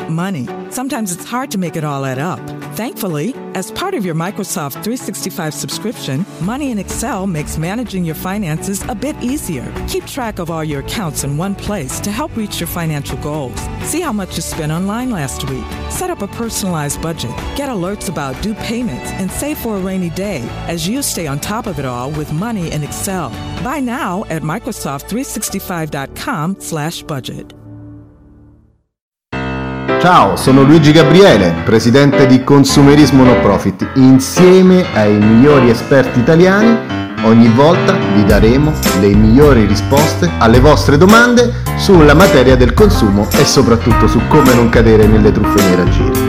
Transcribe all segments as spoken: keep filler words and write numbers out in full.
money. Sometimes it's hard to make it all add up. Thankfully, as part of your Microsoft three sixty-five subscription, Money in Excel makes managing your finances a bit easier. Keep track of all your accounts in one place to help reach your financial goals. See how much you spent online last week. Set up a personalized budget. Get alerts about due payments and save for a rainy day as you stay on top of it all with Money in Excel. Buy now at Microsoft three sixty-five dot com slash budget. Ciao, sono Luigi Gabriele, presidente di Consumerismo No Profit. Insieme ai migliori esperti italiani, ogni volta vi daremo le migliori risposte alle vostre domande sulla materia del consumo e soprattutto su come non cadere nelle truffe nei raggiri.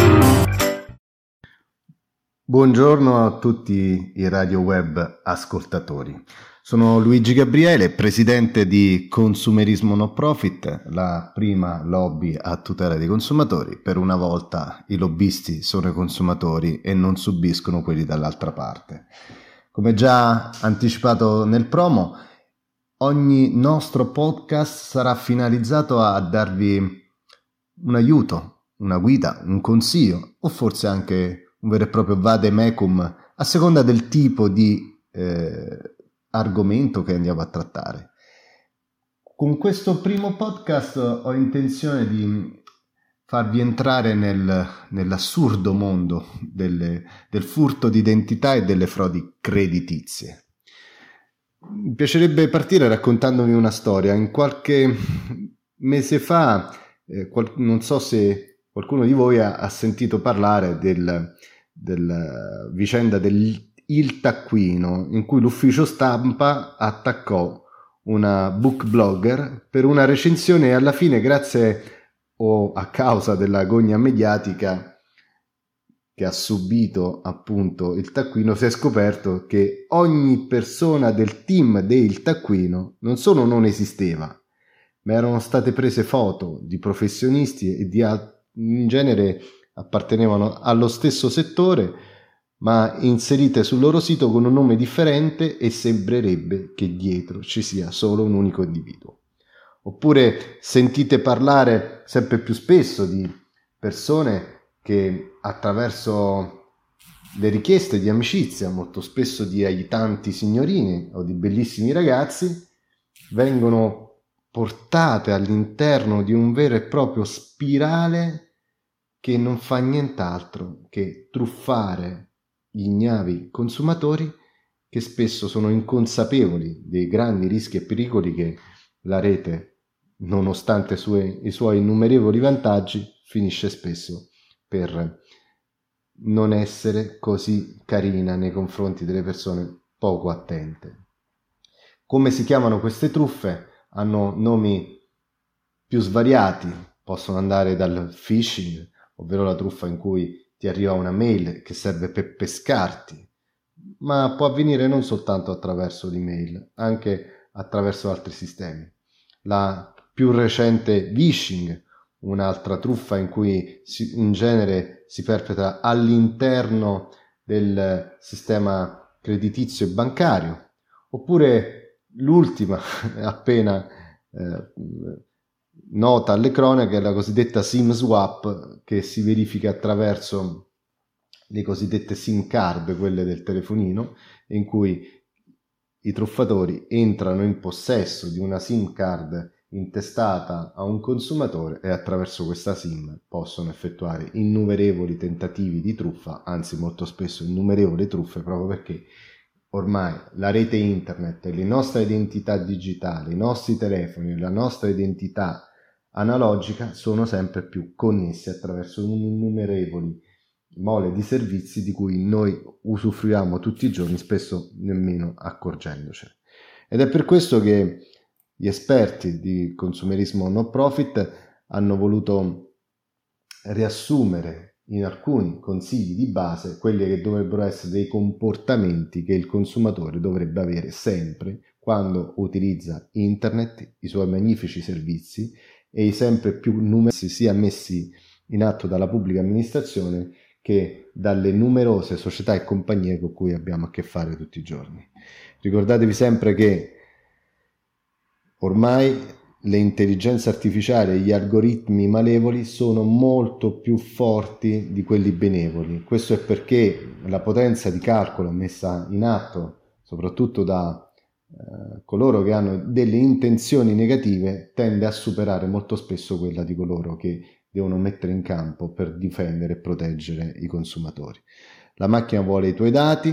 Buongiorno a tutti i radio web ascoltatori. Sono Luigi Gabriele, presidente di Consumerismo No Profit, la prima lobby a tutela dei consumatori. Per una volta i lobbisti sono i consumatori e non subiscono quelli dall'altra parte. Come già anticipato nel promo, ogni nostro podcast sarà finalizzato a darvi un aiuto, una guida, un consiglio o forse anche un vero e proprio vademecum a seconda del tipo di eh, argomento che andiamo a trattare. Con questo primo podcast ho intenzione di farvi entrare nel, nell'assurdo mondo delle, del furto di identità e delle frodi creditizie. Mi piacerebbe partire raccontandovi una storia. In qualche mese fa, eh, qual, non so se qualcuno di voi ha, ha sentito parlare del, del vicenda del Il Taccuino, in cui l'ufficio stampa attaccò una book blogger per una recensione e alla fine, grazie o a causa della gogna mediatica che ha subito appunto il Taccuino, si è scoperto che ogni persona del team del Taccuino non solo non esisteva, ma erano state prese foto di professionisti e di alt- in genere appartenevano allo stesso settore, ma inserite sul loro sito con un nome differente e sembrerebbe che dietro ci sia solo un unico individuo. Oppure sentite parlare sempre più spesso di persone che attraverso le richieste di amicizia, molto spesso di aiutanti signorini o di bellissimi ragazzi, vengono portate all'interno di un vero e proprio spirale che non fa nient'altro che truffare gli ignavi consumatori, che spesso sono inconsapevoli dei grandi rischi e pericoli che la rete, nonostante sue, i suoi innumerevoli vantaggi, finisce spesso per non essere così carina nei confronti delle persone poco attente. Come si chiamano queste truffe? Hanno nomi più svariati, possono andare dal phishing, ovvero la truffa in cui ti arriva una mail che serve per pescarti, ma può avvenire non soltanto attraverso l'email, anche attraverso altri sistemi. La più recente phishing, un'altra truffa in cui si, in genere si perpetra all'interno del sistema creditizio e bancario, oppure l'ultima appena eh, nota alle cronache, la cosiddetta SIM swap, che si verifica attraverso le cosiddette SIM card, quelle del telefonino, in cui i truffatori entrano in possesso di una SIM card intestata a un consumatore e attraverso questa SIM possono effettuare innumerevoli tentativi di truffa, anzi molto spesso innumerevoli truffe, proprio perché ormai la rete internet, le nostre identità digitali, i nostri telefoni, la nostra identità analogica sono sempre più connessi attraverso innumerevoli mole di servizi di cui noi usufruiamo tutti i giorni, spesso nemmeno accorgendocene. Ed è per questo che gli esperti di Consumerismo No Profit hanno voluto riassumere in alcuni consigli di base quelli che dovrebbero essere dei comportamenti che il consumatore dovrebbe avere sempre quando utilizza internet, i suoi magnifici servizi e i sempre più numerosi sia messi in atto dalla pubblica amministrazione che dalle numerose società e compagnie con cui abbiamo a che fare tutti i giorni. Ricordatevi sempre che ormai le intelligenze artificiali e gli algoritmi malevoli sono molto più forti di quelli benevoli. Questo è perché la potenza di calcolo messa in atto soprattutto da eh, coloro che hanno delle intenzioni negative tende a superare molto spesso quella di coloro che devono mettere in campo per difendere e proteggere i consumatori. La macchina vuole i tuoi dati,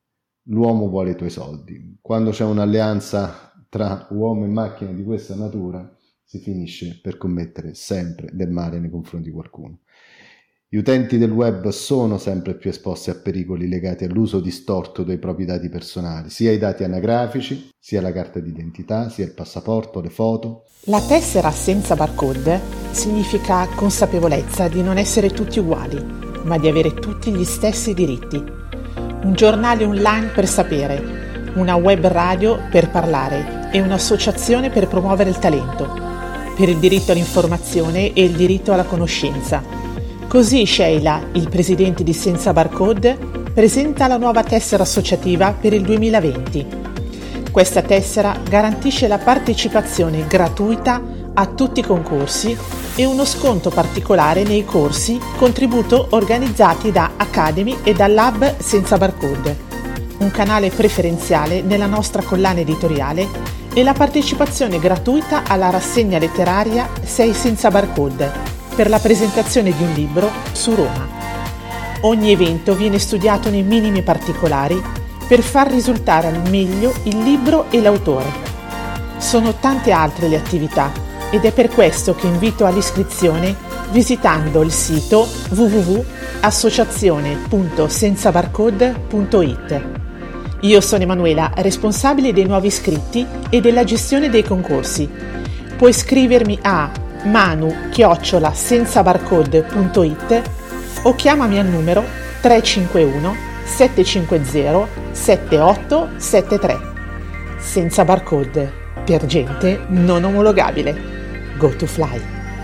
l'uomo vuole i tuoi soldi. Quando c'è un'alleanza tra uomo e macchina di questa natura, si finisce per commettere sempre del male nei confronti di qualcuno. Gli utenti del web sono sempre più esposti a pericoli legati all'uso distorto dei propri dati personali, sia i dati anagrafici, sia la carta d'identità, sia il passaporto, le foto. La tessera senza barcode significa consapevolezza di non essere tutti uguali, ma di avere tutti gli stessi diritti. Un giornale online per sapere, una web radio per parlare e un'associazione per promuovere il talento, per il diritto all'informazione e il diritto alla conoscenza. Così Sheila, il presidente di Senza Barcode, presenta la nuova tessera associativa per il duemilaventi. Questa tessera garantisce la partecipazione gratuita a tutti i concorsi e uno sconto particolare nei corsi contributo organizzati da Academy e dal Lab Senza Barcode, un canale preferenziale nella nostra collana editoriale e la partecipazione gratuita alla rassegna letteraria Sei Senza Barcode per la presentazione di un libro su Roma. Ogni evento viene studiato nei minimi particolari per far risultare al meglio il libro e l'autore. Sono tante altre le attività ed è per questo che invito all'iscrizione visitando il sito w w w punto associazione punto senza barcode punto i t. Io sono Emanuela, responsabile dei nuovi iscritti e della gestione dei concorsi. Puoi scrivermi a manu chiocciola senza barcode punto i t o chiamami al numero tre cinque uno sette cinque zero sette otto sette tre. Senza barcode, per gente non omologabile. Go to fly.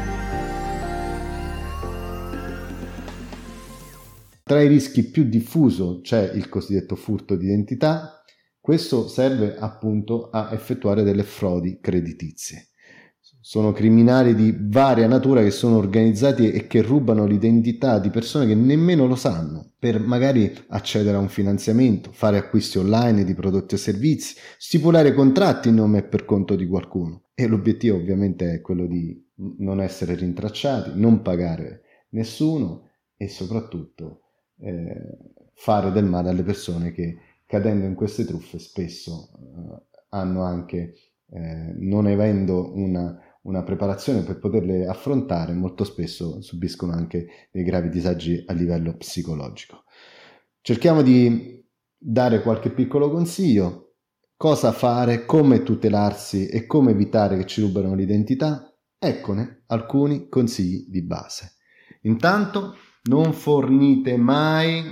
Tra i rischi più diffuso c'è il cosiddetto furto d'identità. Questo serve appunto a effettuare delle frodi creditizie. Sono criminali di varia natura che sono organizzati e che rubano l'identità di persone che nemmeno lo sanno per magari accedere a un finanziamento, fare acquisti online di prodotti o servizi, stipulare contratti in nome e per conto di qualcuno. E l'obiettivo ovviamente è quello di non essere rintracciati, non pagare nessuno e soprattutto eh, fare del male alle persone che, cadendo in queste truffe, spesso eh, hanno anche, eh, non avendo una una preparazione per poterle affrontare, molto spesso subiscono anche dei gravi disagi a livello psicologico. Cerchiamo di dare qualche piccolo consiglio: cosa fare, come tutelarsi e come evitare che ci rubino l'identità. Eccone alcuni consigli di base. Intanto, non fornite mai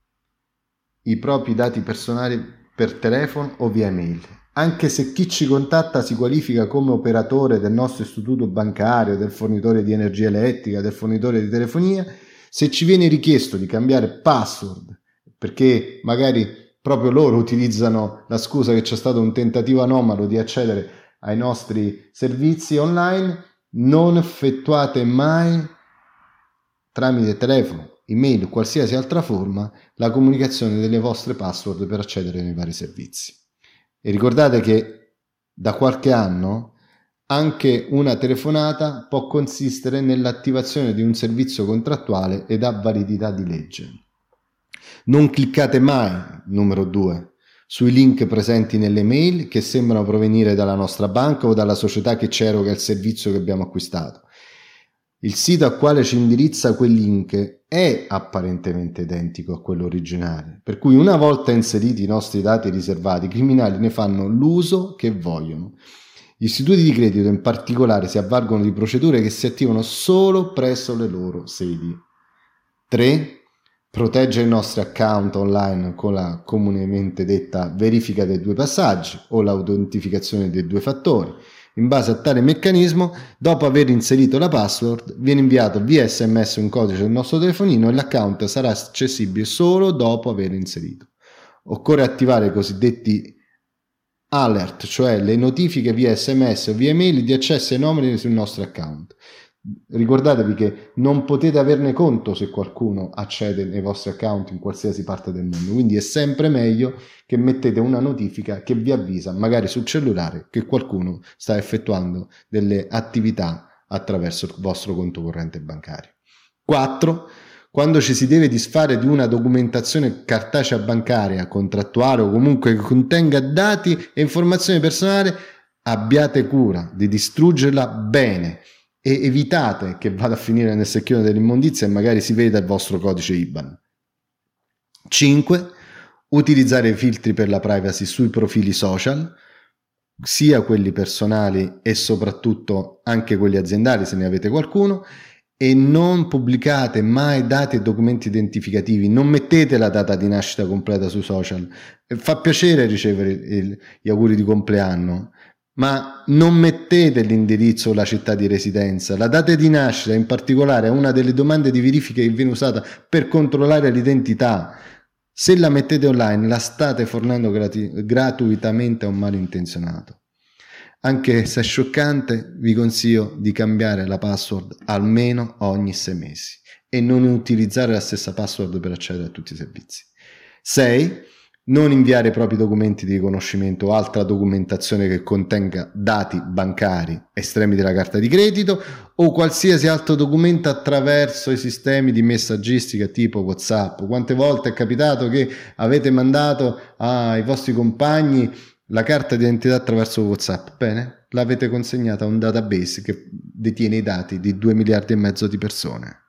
i propri dati personali per telefono o via email. Anche se chi ci contatta si qualifica come operatore del nostro istituto bancario, del fornitore di energia elettrica, del fornitore di telefonia, se ci viene richiesto di cambiare password perché magari proprio loro utilizzano la scusa che c'è stato un tentativo anomalo di accedere ai nostri servizi online, non effettuate mai tramite telefono, email o qualsiasi altra forma la comunicazione delle vostre password per accedere ai vari servizi. E ricordate che da qualche anno anche una telefonata può consistere nell'attivazione di un servizio contrattuale ed ha validità di legge. Non cliccate mai, numero due, sui link presenti nelle mail che sembrano provenire dalla nostra banca o dalla società che ci eroga il servizio che abbiamo acquistato. Il sito a quale ci indirizza quel link è apparentemente identico a quello originale, per cui una volta inseriti i nostri dati riservati, i criminali ne fanno l'uso che vogliono. Gli istituti di credito in particolare si avvalgono di procedure che si attivano solo presso le loro sedi. tre. Proteggere i nostri account online con la comunemente detta verifica dei due passaggi o l'autentificazione dei due fattori. In base a tale meccanismo, dopo aver inserito la password, viene inviato via sms un codice del nostro telefonino e l'account sarà accessibile solo dopo aver inserito. Occorre attivare i cosiddetti alert, cioè le notifiche via sms o via email di accesso ai numeri sul nostro account. Ricordatevi che non potete averne conto se qualcuno accede nei vostri account in qualsiasi parte del mondo, quindi è sempre meglio che mettete una notifica che vi avvisa, magari sul cellulare, che qualcuno sta effettuando delle attività attraverso il vostro conto corrente bancario. quattro. Quando ci si deve disfare di una documentazione cartacea bancaria, contrattuale o comunque che contenga dati e informazioni personali, abbiate cura di distruggerla bene e evitate che vada a finire nel secchione dell'immondizia e magari si veda il vostro codice I B A N. cinque. Utilizzare i filtri per la privacy sui profili social, sia quelli personali e soprattutto anche quelli aziendali se ne avete qualcuno, e non pubblicate mai dati e documenti identificativi, non mettete la data di nascita completa sui social. Fa piacere ricevere il, gli auguri di compleanno, ma non mettete l'indirizzo o la città di residenza. La data di nascita in particolare è una delle domande di verifica che viene usata per controllare l'identità. Se la mettete online la state fornendo grati- gratuitamente a un malintenzionato. Anche se è scioccante, vi consiglio di cambiare la password almeno ogni sei mesi e non utilizzare la stessa password per accedere a tutti i servizi. sei. Non inviare i propri documenti di riconoscimento o altra documentazione che contenga dati bancari estremi della carta di credito o qualsiasi altro documento attraverso i sistemi di messaggistica tipo WhatsApp. Quante volte è capitato che avete mandato ai vostri compagni la carta d'identità attraverso WhatsApp? Bene, l'avete consegnata a un database che detiene i dati di due miliardi e mezzo di persone.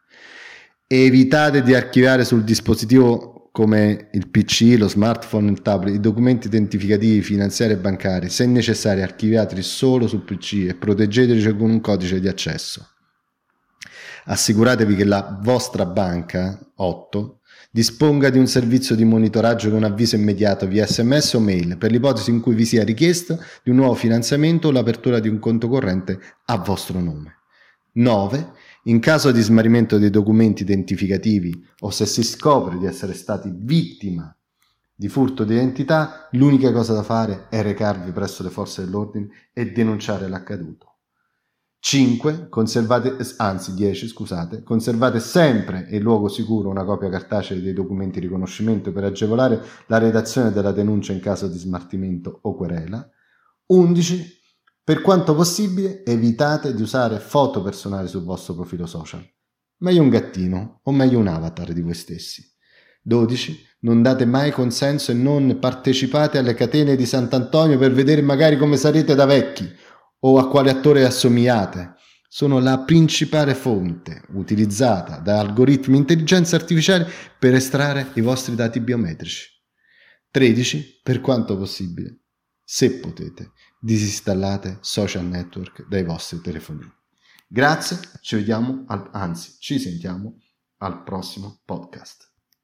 Evitate di archiviare sul dispositivo come il P C, lo smartphone, il tablet, i documenti identificativi, finanziari e bancari. Se necessario, archiviateli solo sul P C e proteggeteli con un codice di accesso. Assicuratevi che la vostra banca, otto, disponga di un servizio di monitoraggio con avviso immediato via sms o mail per l'ipotesi in cui vi sia richiesta di un nuovo finanziamento o l'apertura di un conto corrente a vostro nome. nove. In caso di smarrimento dei documenti identificativi o se si scopre di essere stati vittima di furto di identità, l'unica cosa da fare è recarvi presso le forze dell'ordine e denunciare l'accaduto. cinque. Conservate, anzi dieci, scusate, conservate sempre in luogo sicuro una copia cartacea dei documenti di riconoscimento per agevolare la redazione della denuncia in caso di smarrimento o querela. undici. Per quanto possibile, evitate di usare foto personali sul vostro profilo social. Meglio un gattino o meglio un avatar di voi stessi. dodici. Non date mai consenso e non partecipate alle catene di Sant'Antonio per vedere magari come sarete da vecchi o a quale attore assomigliate. Sono la principale fonte utilizzata da algoritmi di intelligenza artificiale per estrarre i vostri dati biometrici. tredici. Per quanto possibile, se potete, disinstallate social network dai vostri telefonini. Grazie, ci vediamo, al, anzi ci sentiamo al prossimo podcast.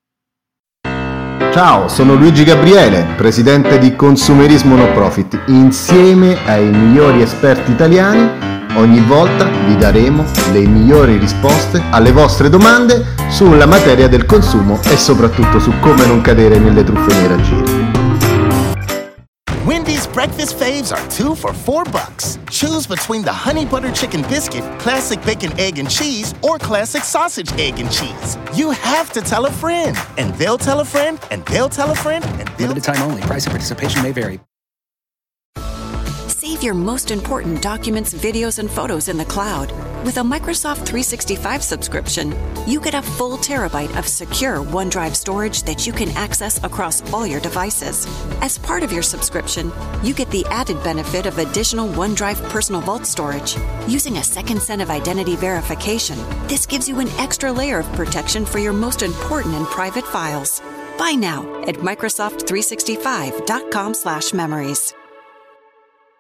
Ciao, sono Luigi Gabriele, presidente di Consumerismo No Profit. Insieme ai migliori esperti italiani, ogni volta vi daremo le migliori risposte alle vostre domande sulla materia del consumo e soprattutto su come non cadere nelle truffe nei raggiri. Wendy's breakfast faves are two for four bucks. Choose between the honey butter chicken biscuit, classic bacon, egg, and cheese, or classic sausage, egg, and cheese. You have to tell a friend, and they'll tell a friend, and they'll tell a friend, and they'll... Limited time only. Price and participation may vary. Save your most important documents, videos, and photos in the cloud. With a Microsoft three sixty-five subscription, you get a full terabyte of secure OneDrive storage that you can access across all your devices. As part of your subscription, you get the added benefit of additional OneDrive Personal Vault storage. Using a second set of identity verification, this gives you an extra layer of protection for your most important and private files. Buy now at Microsoft three sixty-five dot com slash memories.